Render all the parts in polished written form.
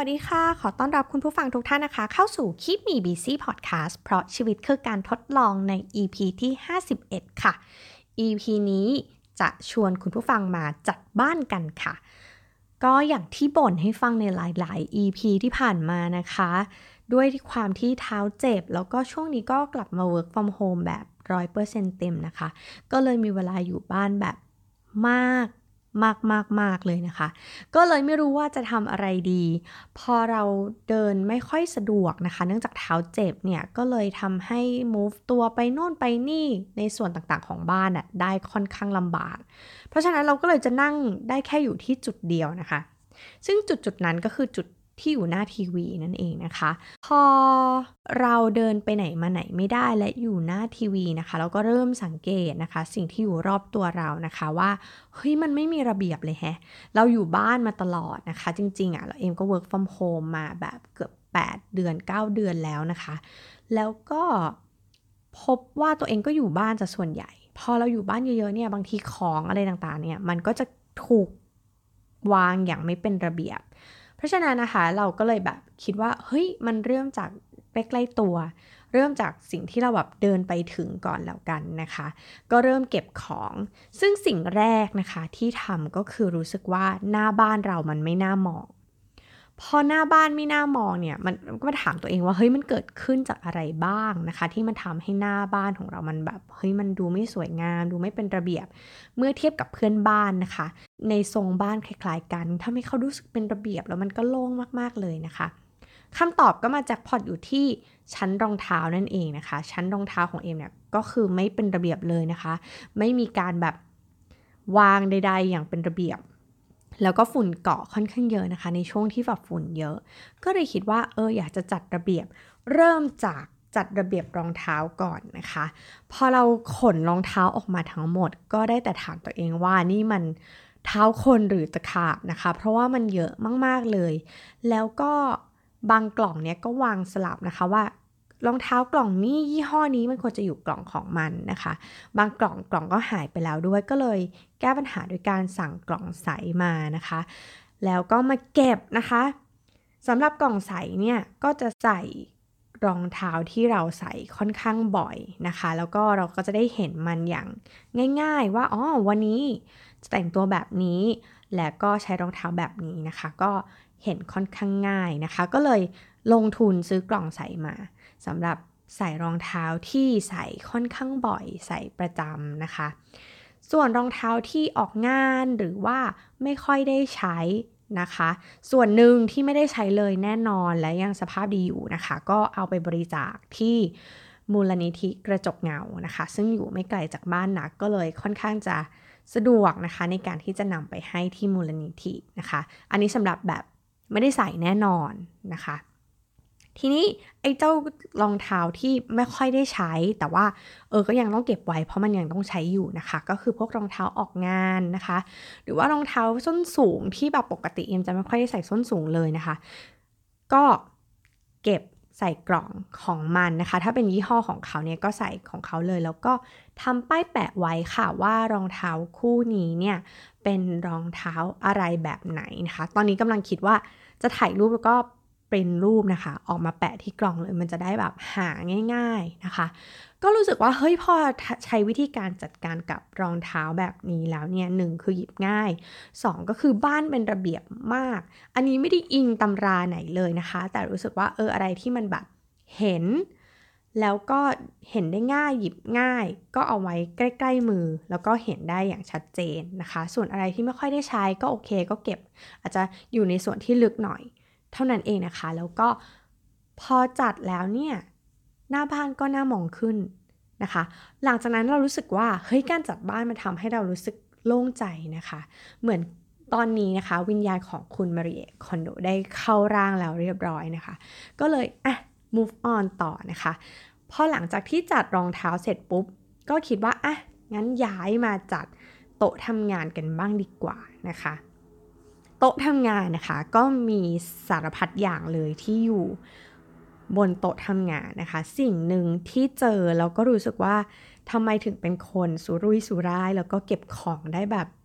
สดีค่ะขอต้อนรับคุณผู้ฟังทุกท่านนะคะเข้าสู่ Keep Me Busy Podcast เพราะชีวิตคือการทดลองใน EP ที่51ค่ะ EP นี้จะชวนคุณผู้ฟังมาจัดบ้านกันค่ะก็อย่างที่บ่นให้ฟังในหลายๆ EP ที่ผ่านมานะคะด้วยความที่เท้าเจ็บแล้วก็ช่วงนี้ก็กลับมา work from home แบบ 100% เต็มนะคะก็เลยมีเวลาอยู่บ้านแบบมากมากเลยนะคะก็เลยไม่รู้ว่าจะทำอะไรดีพอเราเดินไม่ค่อยสะดวกนะคะเนื่องจากเท้าเจ็บเนี่ยก็เลยทำให้ move ตัวไปโน่นไปนี่ในส่วนต่างๆของบ้านได้ค่อนข้างลำบากเพราะฉะนั้นเราก็เลยจะนั่งได้แค่อยู่ที่จุดเดียวนะคะซึ่งจุดนั้นก็คือจุดที่อยู่หน้าทีวีนั่นเองนะคะพอเราเดินไปไหนมาไหนไม่ได้และอยู่หน้าทีวีนะคะเราก็เริ่มสังเกตนะคะสิ่งที่อยู่รอบตัวเรานะคะว่าเฮ้ยมันไม่มีระเบียบเลยแฮะเราอยู่บ้านมาตลอดนะคะจริงๆเราเองก็ work from home มาแบบเกือบ8เดือน9เดือนแล้วนะคะแล้วก็พบว่าตัวเองก็อยู่บ้านจะส่วนใหญ่พอเราอยู่บ้านเยอะๆเนี่ยบางทีของอะไรต่างๆเนี่ยมันก็จะถูกวางอย่างไม่เป็นระเบียบเพราะฉะนั้นนะคะเราก็เลยแบบคิดว่าเฮ้ยมันเริ่มจากใกล้ๆตัวเริ่มจากสิ่งที่เราแบบเดินไปถึงก่อนแล้วกันนะคะก็เริ่มเก็บของซึ่งสิ่งแรกนะคะที่ทำก็คือรู้สึกว่าหน้าบ้านเรามันไม่น่ามองพอหน้าบ้านไม่น่ามองเนี่ยมันก็มาถามตัวเองว่าเฮ้ยมันเกิดขึ้นจากอะไรบ้างนะคะที่มันทำให้หน้าบ้านของเรามันแบบเฮ้ยมันดูไม่สวยงามดูไม่เป็นระเบียบเมื่อเทียบกับเพื่อนบ้านนะคะในทรงบ้านคล้ายๆกันทำให้เขารู้สึกเป็นระเบียบแล้วมันก็โล่งมากๆเลยนะคะคำตอบก็มาจากพอตอยู่ที่ชั้นรองเท้านั่นเองนะคะชั้นรองเท้าของเอมเนี่ยก็คือไม่เป็นระเบียบเลยนะคะไม่มีการแบบวางใดๆอย่างเป็นระเบียบแล้วก็ฝุ่นเกาะค่อนข้างเยอะนะคะในช่วงที่แบบฝุ่นเยอะก็เลยคิดว่าอยากจะจัดระเบียบเริ่มจากจัดระเบียบรองเท้าก่อนนะคะพอเราขนรองเท้าออกมาทั้งหมดก็ได้แต่ถามตัวเองว่านี่มันเท้าคนหรือตะขาบนะคะเพราะว่ามันเยอะมากๆเลยแล้วก็บางกล่องเนี้ยก็วางสลับนะคะว่ารองเท้ากล่องนี้ยี่ห้อนี้มันควรจะอยู่กล่องของมันนะคะบางกล่องก็หายไปแล้วด้วยก็เลยแก้ปัญหาโดยการสั่งกล่องใสมานะคะแล้วก็มาเก็บนะคะสำหรับกล่องใสเนี่ยก็จะใส่รองเท้าที่เราใส่ค่อนข้างบ่อยนะคะแล้วก็เราก็จะได้เห็นมันอย่างง่ายๆว่าวันนี้จะแต่งตัวแบบนี้และก็ใช้รองเท้าแบบนี้นะคะก็เห็นค่อนข้างง่ายนะคะก็เลยลงทุนซื้อกล่องใสมาสำหรับใส่รองเท้าที่ใส่ค่อนข้างบ่อยใส่ประจำนะคะส่วนรองเท้าที่ออกงานหรือว่าไม่ค่อยได้ใช้นะคะส่วนหนึ่งที่ไม่ได้ใช้เลยแน่นอนและยังสภาพดีอยู่นะคะก็เอาไปบริจาคที่มูลนิธิกระจกเงานะคะซึ่งอยู่ไม่ไกลจากบ้านนักก็เลยค่อนข้างจะสะดวกนะคะในการที่จะนำไปให้ที่มูลนิธินะคะอันนี้สำหรับแบบไม่ได้ใส่แน่นอนนะคะทีนี้ไอ้เจ้ารองเท้าที่ไม่ค่อยได้ใช้แต่ว่าก็ยังต้องเก็บไว้เพราะมันยังต้องใช้อยู่นะคะก็คือพวกรองเท้าออกงานนะคะหรือว่ารองเท้าส้นสูงที่แบบปกติเอ็มจะไม่ค่อยได้ใส่ส้นสูงเลยนะคะก็เก็บใส่กล่องของมันนะคะถ้าเป็นยี่ห้อของเขาเนี่ยก็ใส่ของเขาเลยแล้วก็ทำป้ายแปะไว้ค่ะว่ารองเท้าคู่นี้เนี่ยเป็นรองเท้าอะไรแบบไหนนะคะตอนนี้กำลังคิดว่าจะถ่ายรูปแล้วก็เป็นรูปนะคะออกมาแปะที่กล่องเลยมันจะได้แบบหาง่ายๆนะคะก็รู้สึกว่าเฮ้ยพอใช้วิธีการจัดการกับรองเท้าแบบนี้แล้วเนี่ย1คือหยิบง่าย2ก็คือบ้านเป็นระเบียบมากอันนี้ไม่ได้อิงตำราไหนเลยนะคะแต่รู้สึกว่าอะไรที่มันแบบเห็นแล้วก็เห็นได้ง่ายหยิบง่ายก็เอาไว้ใกล้ๆมือแล้วก็เห็นได้อย่างชัดเจนนะคะส่วนอะไรที่ไม่ค่อยได้ใช้ก็โอเคก็เก็บอาจจะอยู่ในส่วนที่ลึกหน่อยเท่านั้นเองนะคะแล้วก็พอจัดแล้วเนี่ยหน้าบ้านก็น่ามองขึ้นนะคะหลังจากนั้นเรารู้สึกว่าเฮ้ยการจัดบ้านมันทำให้เรารู้สึกโล่งใจนะคะเหมือนตอนนี้นะคะวิญญาณของคุณมาริเอะคอนโดได้เข้าร่างแล้วเรียบร้อยนะคะก็เลยmove on ต่อนะคะพอหลังจากที่จัดรองเท้าเสร็จปุ๊บก็คิดว่างั้นย้ายมาจัดโต๊ะทำงานกันบ้างดีกว่านะคะโต๊ะทำงานนะคะก็มีสารพัดอย่างเลยที่อยู่บนโต๊ะทำงานนะคะสิ่งหนึ่งที่เจอแล้วก็รู้สึกว่าทำไมถึงเป็นคนสุรุ่ยสุร่ายแล้วก็เก็บของได้แบบ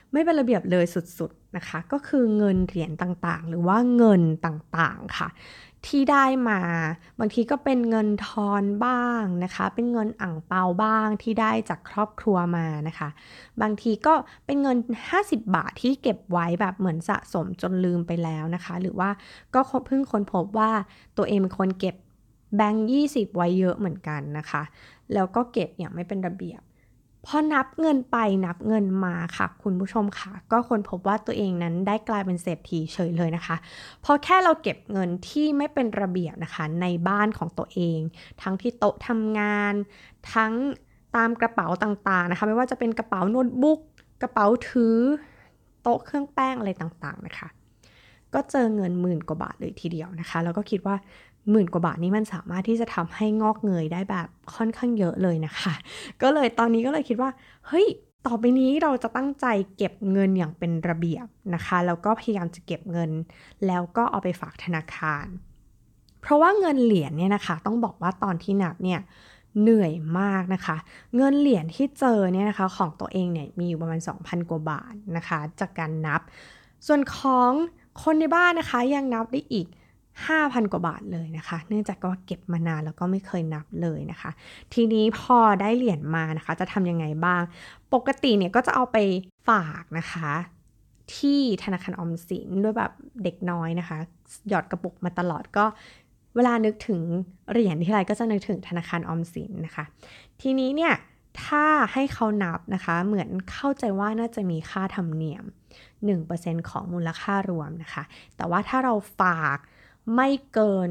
ไม่เป็นระเบียบเลยสุดๆนะคะก็คือเงินเหรียญต่างๆหรือว่าเงินต่างๆค่ะที่ได้มาบางทีก็เป็นเงินทอนบ้างนะคะเป็นเงินอั่งเปาบ้างที่ได้จากครอบครัวมานะคะบางทีก็เป็นเงิน50บาทที่เก็บไว้แบบเหมือนสะสมจนลืมไปแล้วนะคะหรือว่าก็เพิ่งค้นพบว่าตัวเองเป็นคนเก็บแบงค์20ไว้เยอะเหมือนกันนะคะแล้วก็เก็บอย่างไม่เป็นระเบียบพอนับเงินไปนับเงินมาค่ะคุณผู้ชมค่ะก็ค้นพบว่าตัวเองนั้นได้กลายเป็นเศรษฐีเฉยเลยนะคะพอแค่เราเก็บเงินที่ไม่เป็นระเบียบนะคะในบ้านของตัวเองทั้งที่โต๊ะทำงานทั้งตามกระเป๋าต่างๆนะคะไม่ว่าจะเป็นกระเป๋าโน้ตบุ๊กกระเป๋าถือโต๊ะเครื่องแป้งอะไรต่างๆนะคะก็เจอเงิน10,000กว่าบาทเลยทีเดียวนะคะแล้วก็คิดว่า10,000กว่าบาทนี้มันสามารถที่จะทำให้งอกเงยได้แบบค่อนข้างเยอะเลยนะคะก็เลยตอนนี้ก็เลยคิดว่าเฮ้ยต่อไปนี้เราจะตั้งใจเก็บเงินอย่างเป็นระเบียบนะคะแล้วก็พยายามจะเก็บเงินแล้วก็เอาไปฝากธนาคารเพราะว่าเงินเหรียญเนี่ยนะคะต้องบอกว่าตอนที่นับเนี่ยเหนื่อยมากนะคะเงินเหรียญที่เจอเนี่ยนะคะของตัวเองเนี่ยมีอยู่ประมาณ 2,000 กว่าบาทนะคะจากการนับส่วนของคนในบ้านนะคะยังนับได้อีก 5,000 กว่าบาทเลยนะคะเนื่องจากก็เก็บมานานแล้วก็ไม่เคยนับเลยนะคะทีนี้พอได้เหรียญมานะคะจะทำยังไงบ้างปกติเนี่ยก็จะเอาไปฝากนะคะที่ธนาคารออมสินด้วยแบบเด็กน้อยนะคะหยอดกระปุกมาตลอดก็เวลานึกถึงเหรียญที่ไรก็จะนึกถึงธนาคารออมสินนะคะทีนี้เนี่ยถ้าให้เขานับนะคะเหมือนเข้าใจว่าน่าจะมีค่าธรรมเนียม 1% ของมูลค่ารวมนะคะแต่ว่าถ้าเราฝากไม่เกิน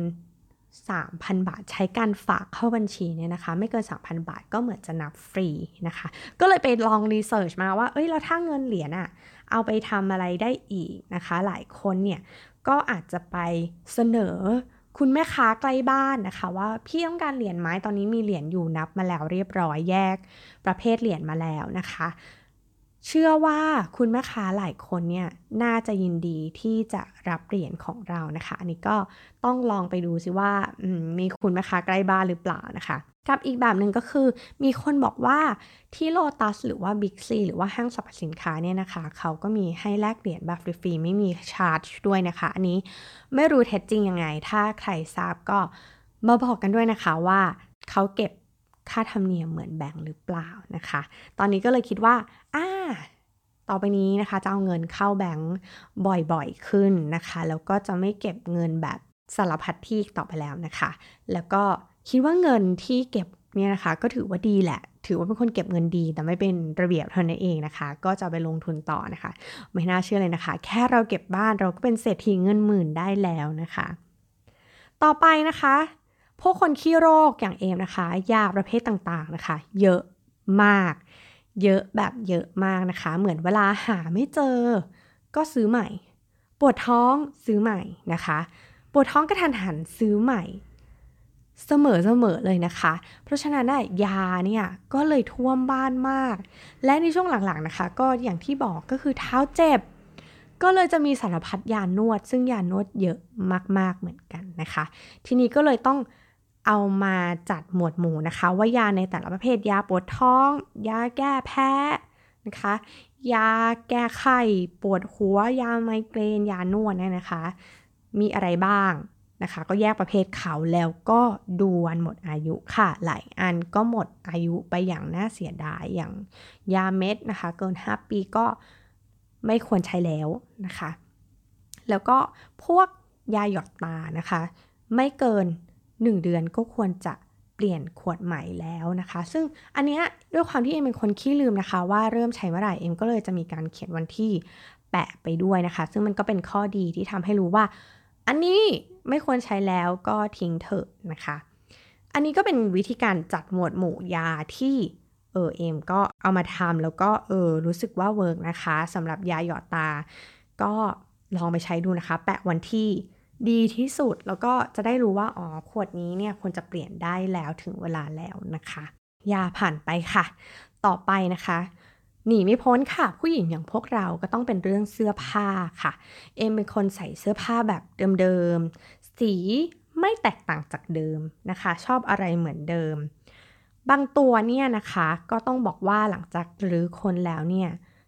3,000 บาทใช้การฝากเข้าบัญชีเนี่ยนะคะไม่เกิน 3,000 บาทก็เหมือนจะนับฟรีนะคะก็เลยไปลองรีเสิร์ชมาว่าแล้วถ้าเงินเหรียญเอาไปทำอะไรได้อีกนะคะหลายคนเนี่ยก็อาจจะไปเสนอคุณแม่ค้าใกล้บ้านนะคะว่าพี่ต้องการเหรียญไหมตอนนี้มีเหรียญอยู่นับมาแล้วเรียบร้อยแยกประเภทเหรียญมาแล้วนะคะเชื่อว่าคุณแม่ค้าหลายคนเนี่ยน่าจะยินดีที่จะรับเหรียญของเรานะคะอันนี้ก็ต้องลองไปดูซิว่ามีคุณแม่ค้าใกล้บ้านหรือเปล่านะคะกับอีกแบบหนึ่งก็คือมีคนบอกว่าที่โลตัสหรือว่าบิ๊กซีหรือว่าห้างสรรพสินค้าเนี่ยนะคะเขาก็มีให้แลกเหรียญแบบฟรีๆไม่มีชาร์จด้วยนะคะอันนี้ไม่รู้เท็จจริงยังไงถ้าใครทราบก็มาบอกกันด้วยนะคะว่าเขาเก็บค่าธรรมเนียมเหมือนแบงก์หรือเปล่านะคะตอนนี้ก็เลยคิดว่าต่อไปนี้นะคะจะเอาเงินเข้าแบงก์บ่อยๆขึ้นนะคะแล้วก็จะไม่เก็บเงินแบบสารพัดที่ต่อไปแล้วนะคะแล้วก็คิดว่าเงินที่เก็บเนี่ยนะคะก็ถือว่าดีแหละถือว่าเป็นคนเก็บเงินดีแต่ไม่เป็นระเบียบเท่านั้นเองนะคะก็จะไปลงทุนต่อนะคะไม่น่าเชื่อเลยนะคะแค่เราเก็บบ้านเราก็เป็นเศรษฐีเงินหมื่นได้แล้วนะคะต่อไปนะคะพวกคนขี้โรคอย่างเอมนะคะยาประเภทต่างๆนะคะเยอะมากเยอะแบบเยอะมากนะคะเหมือนเวลาหาไม่เจอก็ซื้อใหม่ปวดท้องซื้อใหม่นะคะปวดท้องกระทันหันซื้อใหม่เสมอเลยนะคะเพราะฉะนั้นยาเนี่ยก็เลยท่วมบ้านมากและในช่วงหลังๆนะคะก็อย่างที่บอกก็คือเท้าเจ็บก็เลยจะมีสารพัดยานวดซึ่งยานวดเยอะมากๆเหมือนกันนะคะทีนี้ก็เลยต้องเอามาจัดหมวดหมู่นะคะว่ายาในแต่ละประเภทยาปวดท้องยาแก้แพ้นะคะยาแก้ไข้ปวดหัวยาไมเกรนยานวดเนี่ยนะคะมีอะไรบ้างนะคะก็แยกประเภทเขาแล้วก็ดูวันหมดอายุค่ะหลายอันก็หมดอายุไปอย่างน่าเสียดายอย่างยาเม็ดนะคะเกิน5 ปีก็ไม่ควรใช้แล้วนะคะแล้วก็พวกยาหยอดตานะคะไม่เกิน1 เดือนก็ควรจะเปลี่ยนขวดใหม่แล้วนะคะซึ่งอันเนี้ยด้วยความที่เอ็มเป็นคนขี้ลืมนะคะว่าเริ่มใช้เมื่อไหร่เอ็มก็เลยจะมีการเขียนวันที่แปะไปด้วยนะคะซึ่งมันก็เป็นข้อดีที่ทำให้รู้ว่าอันนี้ไม่ควรใช้แล้วก็ทิ้งเถอะนะคะอันนี้ก็เป็นวิธีการจัดหมวดหมู่ยาที่เอ็มก็เอามาทำแล้วก็รู้สึกว่าเวิร์กนะคะสำหรับยาหยอดตาก็ลองไปใช้ดูนะคะแปะวันที่ดีที่สุดแล้วก็จะได้รู้ว่าขวดนี้เนี่ยควรจะเปลี่ยนได้แล้วถึงเวลาแล้วนะคะยาผ่านไปค่ะต่อไปนะคะหนีไม่พ้นค่ะผู้หญิงอย่างพวกเราก็ต้องเป็นเรื่องเสื้อผ้าค่ะเอ็มเป็นคนใส่เสื้อผ้าแบบเดิมๆสีไม่แตกต่างจากเดิมนะคะชอบอะไรเหมือนเดิมบางตัวเนี่ยนะคะก็ต้องบอกว่าหลังจากรื้อค้นแล้วเนี่ย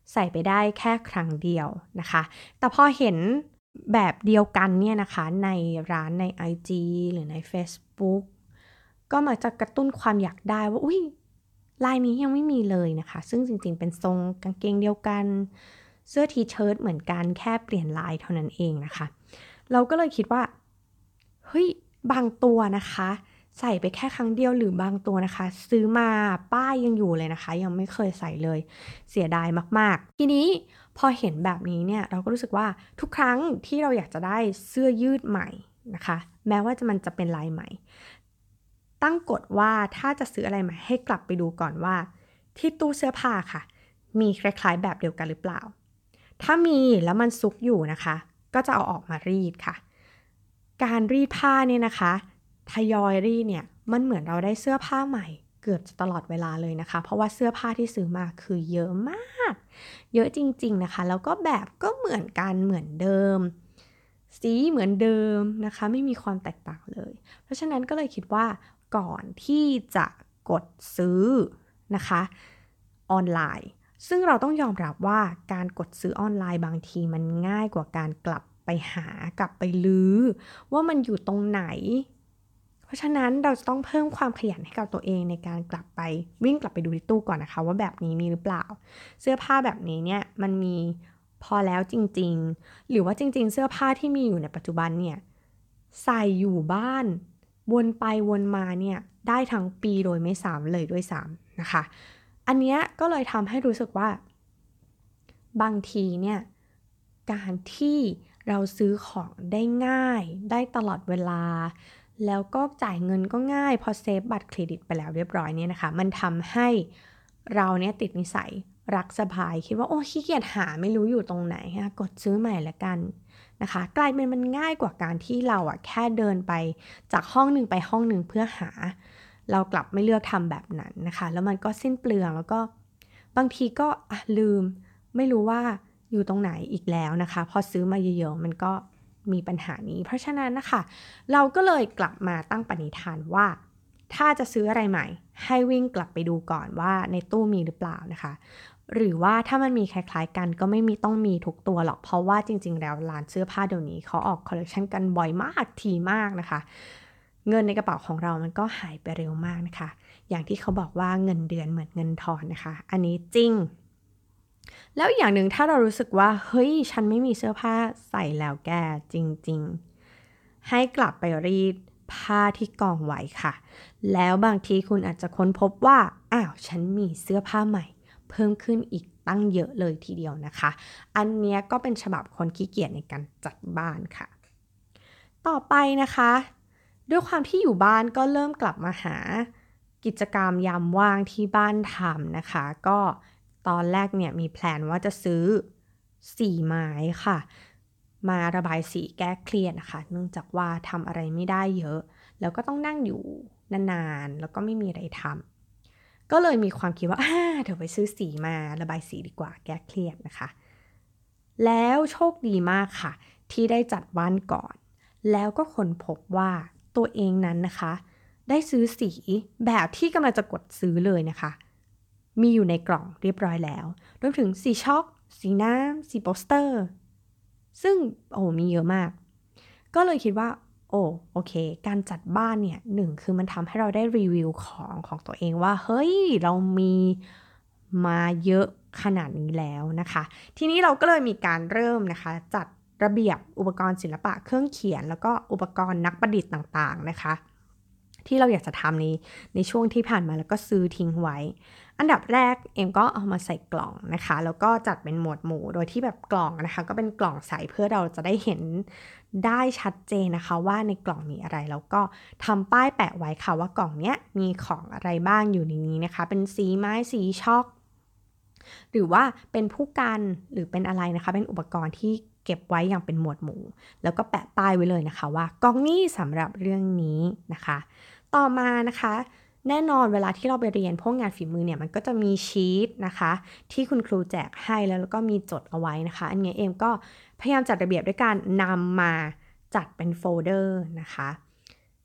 ใส่ไปได้แค่ครั้งเดียวนะคะแต่พอเห็นแบบเดียวกันเนี่ยนะคะในร้านใน IG หรือใน Facebook ก็มักจะกระตุ้นความอยากได้ว่าอุ๊ยลายนี้ยังไม่มีเลยนะคะซึ่งจริงๆเป็นทรงกางเกงเดียวกันเสื้อทีเชิ้ตเหมือนกันแค่เปลี่ยนลายเท่านั้นเองนะคะเราก็เลยคิดว่าเฮ้ยบางตัวนะคะใส่ไปแค่ครั้งเดียวหรือบางตัวนะคะซื้อมาป้ายยังอยู่เลยนะคะยังไม่เคยใส่เลยเสียดายมากๆทีนี้พอเห็นแบบนี้เนี่ยเราก็รู้สึกว่าทุกครั้งที่เราอยากจะได้เสื้อยืดใหม่นะคะแม้ว่ามันจะเป็นลายใหม่ตั้งกฎว่าถ้าจะซื้ออะไรใหม่ให้กลับไปดูก่อนว่าที่ตู้เสื้อผ้าค่ะมีคล้ายๆแบบเดียวกันหรือเปล่าถ้ามีแล้วมันซุกอยู่นะคะก็จะเอาออกมารีดค่ะการรีดผ้าเนี่ยนะคะทยอยรีดเนี่ยมันเหมือนเราได้เสื้อผ้าใหม่เกือบจะตลอดเวลาเลยนะคะเพราะว่าเสื้อผ้าที่ซื้อมาคือเยอะมากเยอะจริงๆนะคะแล้วก็แบบก็เหมือนกันเหมือนเดิมสีเหมือนเดิมนะคะไม่มีความแตกต่างเลยเพราะฉะนั้นก็เลยคิดว่าก่อนที่จะกดซื้อนะคะออนไลน์ซึ่งเราต้องยอมรับว่าการกดซื้อออนไลน์บางทีมันง่ายกว่าการกลับไปหากลับไปลื้อว่ามันอยู่ตรงไหนเพราะฉะนั้นเราจะต้องเพิ่มความขยันให้กับตัวเองในการกลับไปวิ่งกลับไปดูที่ตู้ก่อนนะคะว่าแบบนี้มีหรือเปล่าเสื้อผ้าแบบนี้เนี่ยมันมีพอแล้วจริงๆหรือว่าจริงๆเสื้อผ้าที่มีอยู่ในปัจจุบันเนี่ยใส่อยู่บ้านวนไปวนมาเนี่ยได้ทั้งปีโดยไม่ซ้ำเลยด้วยซ้ำนะคะอันเนี้ยก็เลยทำให้รู้สึกว่าบางทีเนี่ยการที่เราซื้อของได้ง่ายได้ตลอดเวลาแล้วก็จ่ายเงินก็ง่ายพอเซฟบัตรเครดิตไปแล้วเรียบร้อยเนี่ยนะคะมันทำให้เราเนี่ยติดนิสัยรักสบายคิดว่าโอ้ขี้เกียจหาไม่รู้อยู่ตรงไหนกดซื้อใหม่ละกันนะคะกลายเป็นมันง่ายกว่าการที่เราแค่เดินไปจากห้องหนึ่งไปห้องหนึ่งเพื่อหาเรากลับไม่เลือกทำแบบนั้นนะคะแล้วมันก็สิ้นเปลืองแล้วก็บางทีก็ลืมไม่รู้ว่าอยู่ตรงไหนอีกแล้วนะคะพอซื้อมาเยอะๆมันก็มีปัญหานี้เพราะฉะนั้นนะคะเราก็เลยกลับมาตั้งปณิธานว่าถ้าจะซื้ออะไรใหม่ให้วิ่งกลับไปดูก่อนว่าในตู้มีหรือเปล่านะคะหรือว่าถ้ามันมีคล้ายๆกันก็ไม่มีต้องมีทุกตัวหรอกเพราะว่าจริงๆแล้วร้านเสื้อผ้าเดี๋ยวนี้เขาออกคอลเลคชันกันบ่อยมากทีมากนะคะเงินในกระเป๋าของเรามันก็หายไปเร็วมากนะคะอย่างที่เขาบอกว่าเงินเดือนเหมือนเงินทอนนะคะอันนี้จริงแล้วอย่างหนึ่งถ้าเรารู้สึกว่าเฮ้ยฉันไม่มีเสื้อผ้าใส่แล้วแกจริงๆให้กลับไปรีดผ้าที่กองไว้ค่ะแล้วบางทีคุณอาจจะค้นพบว่าอ้าวฉันมีเสื้อผ้าใหม่เพิ่มขึ้นอีกตั้งเยอะเลยทีเดียวนะคะอันเนี้ยก็เป็นฉบับคนขี้เกียจในการจัดบ้านค่ะต่อไปนะคะด้วยความที่อยู่บ้านก็เริ่มกลับมาหากิจกรรมยามว่างที่บ้านทำนะคะก็ตอนแรกเนี่ยมีแพลนว่าจะซื้อสีไม้ค่ะมาระบายสีแก้เครียดนะคะเนื่องจากว่าทำอะไรไม่ได้เยอะแล้วก็ต้องนั่งอยู่นานๆแล้วก็ไม่มีอะไรทำก็เลยมีความคิดว่าเดี๋ยวไปซื้อสีมาระบายสีดีกว่าแก้เครียดนะคะแล้วโชคดีมากค่ะที่ได้จัดบ้านก่อนแล้วก็ค้นพบว่าตัวเองนั้นนะคะได้ซื้อสีแบบที่กำลังจะกดซื้อเลยนะคะมีอยู่ในกล่องเรียบร้อยแล้วรวมถึงสีช็อกสีน้ำสีโปสเตอร์ซึ่งมีเยอะมากก็เลยคิดว่าโอเคการจัดบ้านเนี่ยหนึ่งคือมันทำให้เราได้รีวิวของตัวเองว่าเฮ้ยเรามีมาเยอะขนาดนี้แล้วนะคะทีนี้เราก็เลยมีการเริ่มนะคะจัดระเบียบอุปกรณ์ศิลปะเครื่องเขียนแล้วก็อุปกรณ์นักประดิษฐ์ต่างๆนะคะที่เราอยากจะทำในช่วงที่ผ่านมาแล้วก็ซื้อทิ้งไว้อันดับแรกเอ็มก็เอามาใส่กล่องนะคะแล้วก็จัดเป็นหมวดหมู่โดยที่แบบกล่องนะคะก็เป็นกล่องใสเพื่อเราจะได้เห็นได้ชัดเจนนะคะว่าในกล่องมีอะไรแล้วก็ทำป้ายแปะไว้ค่ะว่ากล่องเนี้ยมีของอะไรบ้างอยู่ในนี้นะคะเป็นสีไม้สีช็อกหรือว่าเป็นผู้กันหรือเป็นอะไรนะคะเป็นอุปกรณ์ที่เก็บไว้อย่างเป็นหมวดหมู่แล้วก็แปะป้ายไว้เลยนะคะว่ากล่องนี้สำหรับเรื่องนี้นะคะต่อมานะคะแน่นอนเวลาที่เราไปเรียนพวกงานฝีมือเนี่ยมันก็จะมีชีตนะคะที่คุณครูแจกให้แล้วก็มีจดเอาไว้นะคะอันนี้เอมก็พยายามจัดระเบียบด้วยการนำมาจัดเป็นโฟลเดอร์นะคะ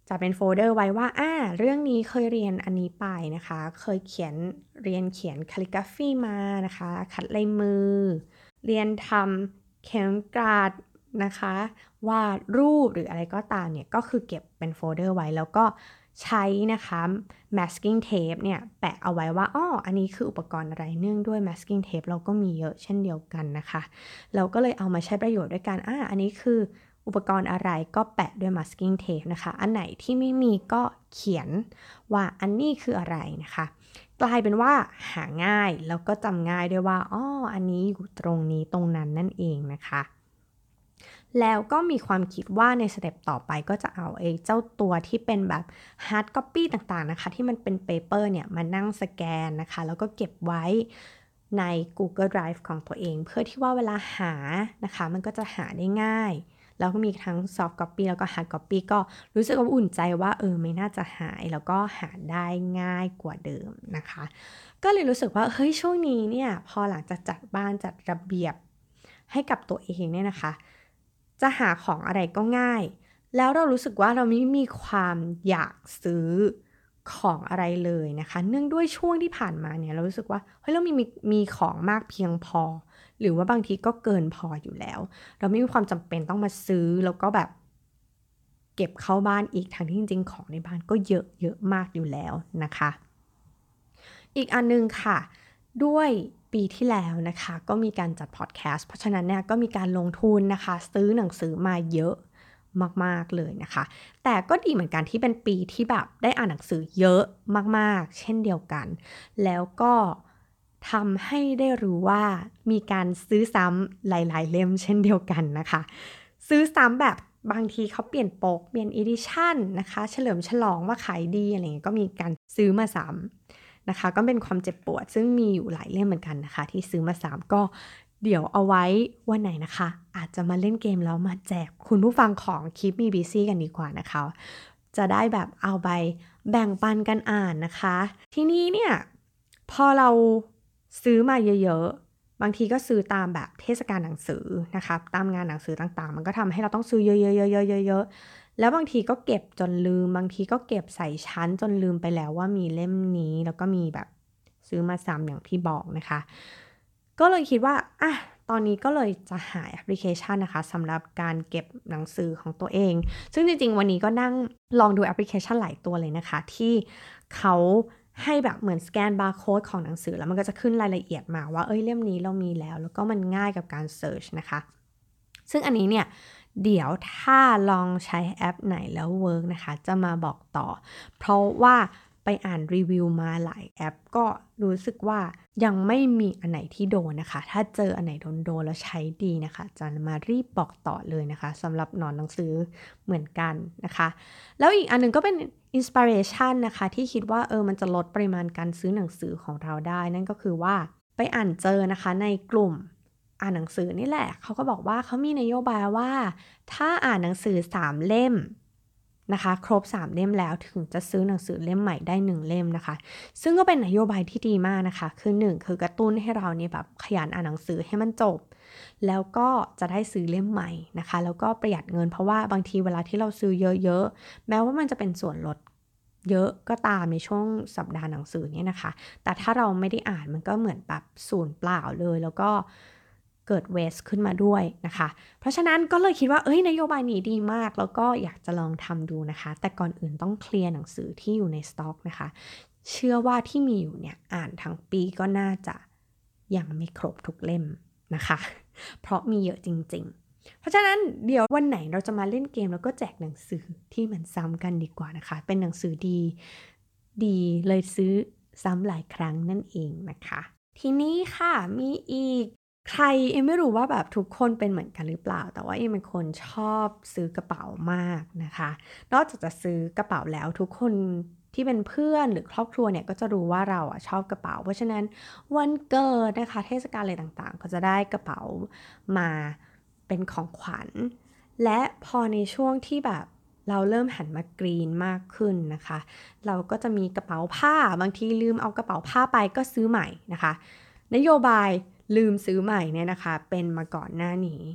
จะเป็นโฟลเดอร์ไว้ว่าเรื่องนี้เคยเรียนอันนี้ไปนะคะเคยเรียนเขียนคาลิกราฟีมานะคะขัดลายมือเรียนทำเข็มกลัดนะคะวาดรูปหรืออะไรก็ตามเนี่ยก็คือเก็บเป็นโฟลเดอร์ไว้แล้วก็ใช้นะคะ masking tape เนี่ยแปะเอาไว้ว่าอันนี้คืออุปกรณ์อะไรเนื่องด้วย masking tape เราก็มีเยอะเช่นเดียวกันนะคะเราก็เลยเอามาใช้ประโยชน์ด้วยกันอันนี้คืออุปกรณ์อะไรก็แปะด้วย masking tape นะคะอันไหนที่ไม่มีก็เขียนว่าอันนี้คืออะไรนะคะกลายเป็นว่าหาง่ายแล้วก็จำง่ายด้วยว่าอันนี้อยู่ตรงนี้ตรงนั้นนั่นเองนะคะแล้วก็มีความคิดว่าในสเต็ปต่อไปก็จะเอาเจ้าตัวที่เป็นแบบ hard copy ต่างๆนะคะที่มันเป็น paper เนี่ยมานั่งสแกนนะคะแล้วก็เก็บไว้ใน Google Drive ของตัวเองเพื่อที่ว่าเวลาหานะคะมันก็จะหาได้ง่ายแล้วก็มีทั้ง soft copy แล้วก็ hard copy ก็รู้สึกว่าอุ่นใจว่าไม่น่าจะหายแล้วก็หาได้ง่ายกว่าเดิมนะคะก็เลยรู้สึกว่าเฮ้ยช่วงนี้เนี่ยพอหลังจากจัดบ้านจัดระเบียบให้กับตัวเองเนี่ยนะคะจะหาของอะไรก็ง่ายแล้วเรารู้สึกว่าเราไม่มีความอยากซื้อของอะไรเลยนะคะเนื่องด้วยช่วงที่ผ่านมาเนี่ยเรารู้สึกว่าเฮ้ยเรามีของมากเพียงพอหรือว่าบางทีก็เกินพออยู่แล้วเราไม่มีความจำเป็นต้องมาซื้อแล้วก็แบบเก็บเข้าบ้านอีกทั้งที่จริงๆของในบ้านก็เยอะมากอยู่แล้วนะคะอีกอันนึงค่ะด้วยปีที่แล้วนะคะก็มีการจัดพอดแคสต์เพราะฉะนั้นเนี่ยก็มีการลงทุนนะคะซื้อหนังสือมาเยอะมากๆเลยนะคะแต่ก็ดีเหมือนกันที่เป็นปีที่แบบได้อ่านหนังสือเยอะมากๆเช่นเดียวกันแล้วก็ทำให้ได้รู้ว่ามีการซื้อซ้ำหลายๆเล่มเช่นเดียวกันนะคะซื้อซ้ำแบบบางทีเขาเปลี่ยนปกเปลี่ยนอีดิชั่นนะคะเฉลิมฉลองว่าขายดีอะไรเงี้ยก็มีการซื้อมาซ้ำนะคะก็เป็นความเจ็บปวดซึ่งมีอยู่หลายเล่มเหมือนกันนะคะที่ซื้อมา3ก็เดี๋ยวเอาไว้วันไหนนะคะอาจจะมาเล่นเกมแล้วมาแจกคุณผู้ฟังของ Keep Me Busy กันดีกว่านะคะจะได้แบบเอาไปแบ่งปันกันอ่านนะคะทีนี้เนี่ยพอเราซื้อมาเยอะๆบางทีก็ซื้อตามแบบเทศกาลหนังสือนะคะตามงานหนังสือต่างๆมันก็ทำให้เราต้องซื้อเยอะๆๆๆๆแล้วบางทีก็เก็บจนลืมบางทีก็เก็บใส่ชั้นจนลืมไปแล้วว่ามีเล่มนี้แล้วก็มีแบบซื้อมาซ้ำอย่างที่บอกนะคะก็เลยคิดว่าตอนนี้ก็เลยจะหาแอปพลิเคชันนะคะสำหรับการเก็บหนังสือของตัวเองซึ่งจริงๆวันนี้ก็นั่งลองดูแอปพลิเคชันหลายตัวเลยนะคะที่เขาให้แบบเหมือนสแกนบาร์โค้ดของหนังสือแล้วมันก็จะขึ้นรายละเอียดมาว่าเล่มนี้เรามีแล้วก็มันง่ายกับการเสิร์ชนะคะซึ่งอันนี้เนี่ยเดี๋ยวถ้าลองใช้แอปไหนแล้วเวิร์กนะคะจะมาบอกต่อเพราะว่าไปอ่านรีวิวมาหลายแอปก็รู้สึกว่ายังไม่มีอันไหนที่โดนนะคะถ้าเจออันไหนโดนแล้วใช้ดีนะคะจะมารีบบอกต่อเลยนะคะสำหรับหนอนหนังสือเหมือนกันนะคะแล้วอีกอันนึงก็เป็นอินสปิเรชันนะคะที่คิดว่ามันจะลดปริมาณการซื้อหนังสือของเราได้นั่นก็คือว่าไปอ่านเจอนะคะในกลุ่มอ่านหนังสือนี่แหละเขาก็บอกว่าเขามีนโยบายว่าถ้าอ่านหนังสือ3เล่มนะคะครบ3เล่มแล้วถึงจะซื้อหนังสือเล่มใหม่ได้1เล่มนะคะซึ่งก็เป็นนโยบายที่ดีมากนะคะคือ1คือกระตุ้นให้เราเนี่ยแบบขยันอ่านหนังสือให้มันจบแล้วก็จะได้ซื้อเล่มใหม่นะคะแล้วก็ประหยัดเงินเพราะว่าบางทีเวลาที่เราซื้อเยอะๆแม้ว่ามันจะเป็นส่วนลดเยอะก็ตามในช่วงสัปดาห์หนังสือเนี่ยนะคะแต่ถ้าเราไม่ได้อ่านมันก็เหมือนแบบสูญเปล่าเลยแล้วก็เกิดเวสขึ้นมาด้วยนะคะเพราะฉะนั้นก็เลยคิดว่านโยบายนี้ดีมากแล้วก็อยากจะลองทำดูนะคะแต่ก่อนอื่นต้องเคลียร์หนังสือที่อยู่ในสต็อกนะคะเชื่อว่าที่มีอยู่เนี่ยอ่านทั้งปีก็น่าจะยังไม่ครบทุกเล่มนะคะเพราะมีเยอะจริงๆเพราะฉะนั้นเดี๋ยววันไหนเราจะมาเล่นเกมแล้วก็แจกหนังสือที่มันซ้ำกันดีกว่านะคะเป็นหนังสือดีเลยซื้อซ้ำหลายครั้งนั่นเองนะคะทีนี้ค่ะมีอีกใครไม่รู้ว่าแบบทุกคนเป็นเหมือนกันหรือเปล่าแต่ว่าเป็นคนชอบซื้อกระเป๋ามากนะคะนอกจากจะซื้อกระเป๋าแล้วทุกคนที่เป็นเพื่อนหรือครอบครัวเนี่ยก็จะรู้ว่าเราชอบกระเป๋าเพราะฉะนั้นวันเกิดนะคะเทศกาลอะไรต่างๆก็จะได้กระเป๋ามาเป็นของขวัญและพอในช่วงที่แบบเราเริ่มหันมากรีนมากขึ้นนะคะเราก็จะมีกระเป๋าผ้าบางทีลืมเอากระเป๋าผ้าไปก็ซื้อใหม่นะคะนโยบายลืมซื้อใหม่เนี่ยนะคะเป็นมาก่อนหน้านี้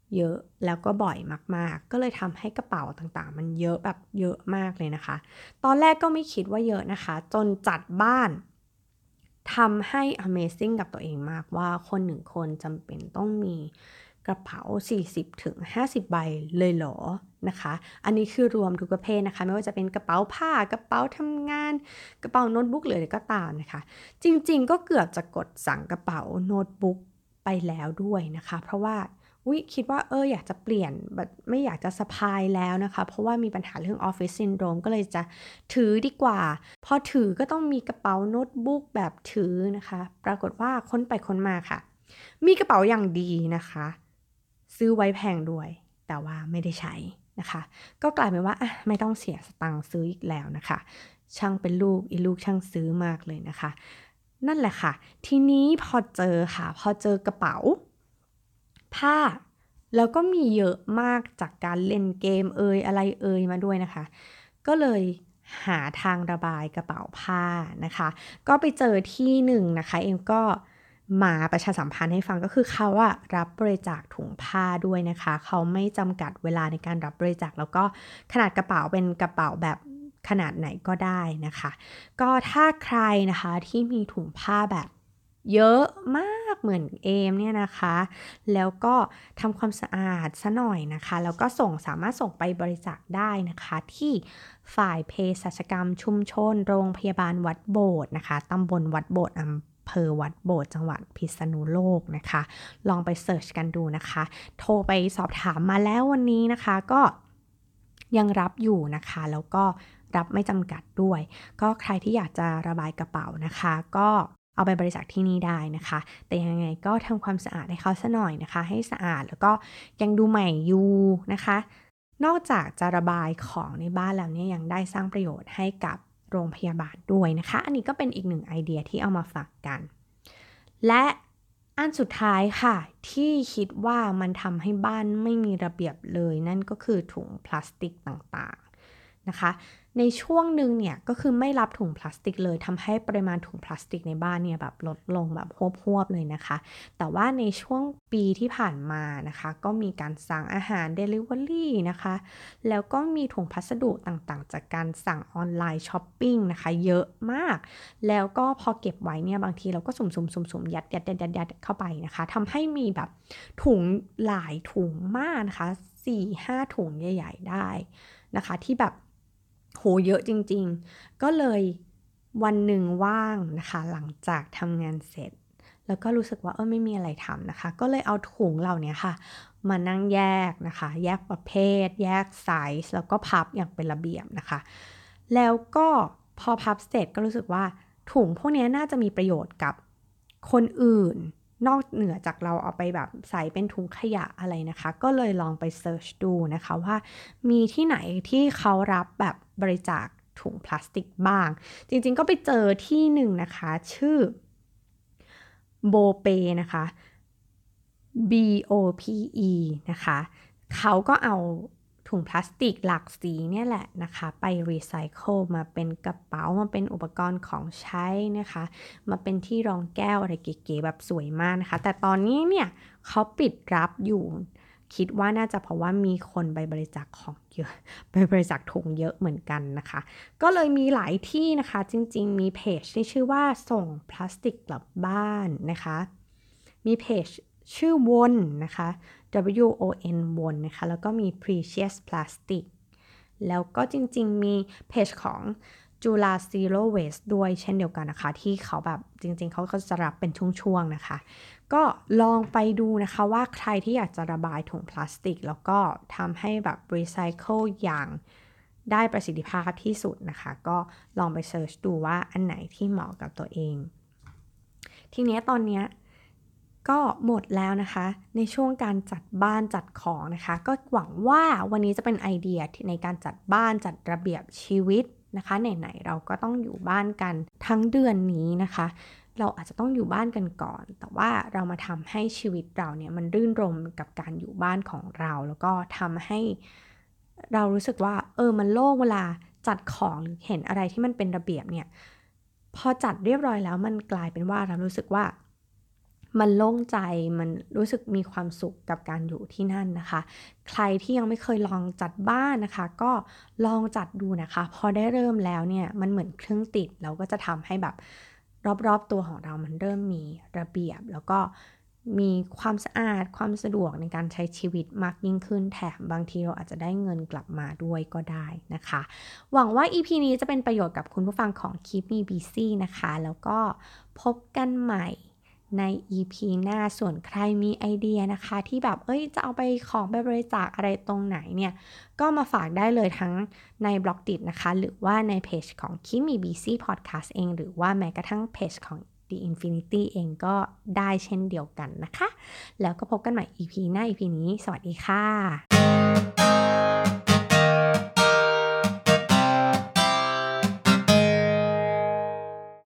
เยอะแล้วก็บ่อยมากๆก็เลยทำให้กระเป๋าต่างๆมันเยอะแบบเยอะมากเลยนะคะตอนแรกก็ไม่คิดว่าเยอะนะคะจนจัดบ้านทำให้ Amazing กับตัวเองมากว่าคนหนึ่งคนจำเป็นต้องมีกระเป๋า40-50 ใบเลยเหรอนะคะอันนี้คือรวมทุกประเภทนะคะไม่ว่าจะเป็นกระเป๋าผ้ากระเป๋าทำงานกระเป๋าโน้ตบุ๊กหรืออะไรก็ตามนะคะจริงๆก็เกือบจะกดสั่งกระเป๋าโน้ตบุ๊กไปแล้วด้วยนะคะเพราะว่าคิดว่าอยากจะเปลี่ยนแบบไม่อยากจะสะพายแล้วนะคะเพราะว่ามีปัญหาเรื่อง Office Syndrome ก็เลยจะถือดีกว่าพอถือก็ต้องมีกระเป๋าโน้ตบุ๊กแบบถือนะคะปรากฏว่าค้นไปค้นมาค่ะมีกระเป๋าอย่างดีนะคะซื้อไว้แพงด้วยแต่ว่าไม่ได้ใช้นะคะก็กลายเป็นว่าไม่ต้องเสียสตังค์ซื้ออีกแล้วนะคะช่างเป็นลูกลูกช่างซื้อมากเลยนะคะนั่นแหละค่ะทีนี้พอเจอกระเป๋าผ้าแล้วก็มีเยอะมากจากการเล่นเกมอะไรมาด้วยนะคะก็เลยหาทางระบายกระเป๋าผ้านะคะก็ไปเจอที่หนึ่งนะคะเอ็มก็มาประชาสัมพันธ์ให้ฟังก็คือเขารับบริจาคถุงผ้าด้วยนะคะเขาไม่จำกัดเวลาในการรับบริจาคแล้วก็ขนาดกระเป๋าเป็นกระเป๋าแบบขนาดไหนก็ได้นะคะก็ถ้าใครนะคะที่มีถุงผ้าแบบเยอะมากเหมือนเอมเนี่ยนะคะแล้วก็ทำความสะอาดซะหน่อยนะคะแล้วก็สามารถส่งไปบริจาคได้นะคะที่ฝ่ายเภสัชกรรมชุมชนโรงพยาบาลวัดโบสถ์นะคะตำบลวัดโบสถ์อำเภอวัดโบสถ์จังหวัดพิษณุโลกนะคะลองไปเสิร์ชกันดูนะคะโทรไปสอบถามมาแล้ววันนี้นะคะก็ยังรับอยู่นะคะแล้วก็รับไม่จำกัดด้วยก็ใครที่อยากจะระบายกระเป๋านะคะก็เอาไปบริจาคที่นี่ได้นะคะแต่ยังไงก็ทำความสะอาดให้เขาซะหน่อยนะคะให้สะอาดแล้วก็ยังดูใหม่อยู่นะคะนอกจากจะระบายของในบ้านแล้วเนี่ยยังได้สร้างประโยชน์ให้กับโรงพยาบาลด้วยนะคะอันนี้ก็เป็นอีกหนึ่งไอเดียที่เอามาฝากกันและอันสุดท้ายค่ะที่คิดว่ามันทำให้บ้านไม่มีระเบียบเลยนั่นก็คือถุงพลาสติกต่างๆนะคะในช่วงหนึ่งเนี่ยก็คือไม่รับถุงพลาสติกเลยทำให้ปริมาณถุงพลาสติกในบ้านเนี่ยแบบลดลงแบบหวบๆเลยนะคะแต่ว่าในช่วงปีที่ผ่านมานะคะก็มีการสั่งอาหาร Delivery นะคะแล้วก็มีถุงพัสดุต่างๆจากการสั่งออนไลน์ช้อปปิ้งนะคะเยอะมากแล้วก็พอเก็บไว้เนี่ยบางทีเราก็สุ่มๆๆๆยัดเข้าไปนะคะทำให้มีแบบถุงหลายถุงมากนะคะ 4-5 ถุงใหญ่ๆได้นะคะที่แบบโหเยอะจริงๆก็เลยวันหนึ่งว่างนะคะหลังจากทำงานเสร็จแล้วก็รู้สึกว่าไม่มีอะไรทำนะคะก็เลยเอาถุงเหล่านี้ค่ะมานั่งแยกนะคะแยกประเภทแยกไซส์แล้วก็พับอย่างเป็นระเบียบนะคะแล้วก็พอพับเสร็จก็รู้สึกว่าถุงพวกนี้น่าจะมีประโยชน์กับคนอื่นนอกเหนือจากเราเอาไปแบบใส่เป็นถุงขยะอะไรนะคะก็เลยลองไปเซิร์ชดูนะคะว่ามีที่ไหนที่เขารับแบบบริจาคถุงพลาสติกบ้างจริงๆก็ไปเจอที่หนึ่งนะคะชื่อโบเปนะคะ BOPE นะคะเขาก็เอาถุงพลาสติกหลากสีเนี่ยแหละนะคะไปรีไซเคิลมาเป็นกระเป๋ามาเป็นอุปกรณ์ของใช้นะคะมาเป็นที่รองแก้วอะไรเก๋ๆแบบสวยมากนะคะแต่ตอนนี้เนี่ยเขาปิดรับอยู่คิดว่าน่าจะเพราะว่ามีคนไปบริจาคของเยอะไปบริจาคถุงเยอะเหมือนกันนะคะก็เลยมีหลายที่นะคะจริงๆมีเพจที่ชื่อว่าส่งพลาสติกกลับบ้านนะคะมีเพจชื่อวนนะคะ WON วนนะคะแล้วก็มี Precious Plastic แล้วก็จริงๆมีเพจของจุฬา Zero Waste ด้วยเช่นเดียวกันนะคะที่เขาแบบจริงๆเขาก็จะรับเป็นช่วงๆนะคะก็ลองไปดูนะคะว่าใครที่อยากจะระบายถุงพลาสติกแล้วก็ทำให้แบบรีไซเคิลอย่างได้ประสิทธิภาพที่สุดนะคะก็ลองไปเสิร์ชดูว่าอันไหนที่เหมาะกับตัวเองทีนี้ตอนนี้ก็หมดแล้วนะคะในช่วงการจัดบ้านจัดของนะคะก็หวังว่าวันนี้จะเป็นไอเดียในการจัดบ้านจัดระเบียบชีวิตนะคะไหนๆเราก็ต้องอยู่บ้านกันทั้งเดือนนี้นะคะเราอาจจะต้องอยู่บ้านกันก่อนแต่ว่าเรามาทำให้ชีวิตเราเนี่ยมันรื่นรมกับการอยู่บ้านของเราแล้วก็ทำให้เรารู้สึกว่ามันโล่งเวลาจัดของหรือเห็นอะไรที่มันเป็นระเบียบเนี่ยพอจัดเรียบร้อยแล้วมันกลายเป็นว่าเรารู้สึกว่ามันโล่งใจมันรู้สึกมีความสุขกับการอยู่ที่นั่นนะคะใครที่ยังไม่เคยลองจัดบ้านนะคะก็ลองจัดดูนะคะพอได้เริ่มแล้วเนี่ยมันเหมือนเครื่องติดแล้วก็จะทำให้แบบรอบๆตัวของเรามันเริ่มมีระเบียบแล้วก็มีความสะอาดความสะดวกในการใช้ชีวิตมากยิ่งขึ้นแถมบางทีเราอาจจะได้เงินกลับมาด้วยก็ได้นะคะหวังว่า EP นี้จะเป็นประโยชน์กับคุณผู้ฟังของ Keep Me Busy นะคะแล้วก็พบกันใหม่ใน EP หน้าส่วนใครมีไอเดียนะคะที่แบบจะเอาไปของไปบริจาคอะไรตรงไหนเนี่ยก็มาฝากได้เลยทั้งในบล็อกดินะคะหรือว่าในเพจของ Keep Me Busy Podcast เองหรือว่าแม้กระทั่งเพจของ The Infinity เองก็ได้เช่นเดียวกันนะคะแล้วก็พบกันใหม่ EP หน้า EP นี้สวัสดีค่ะ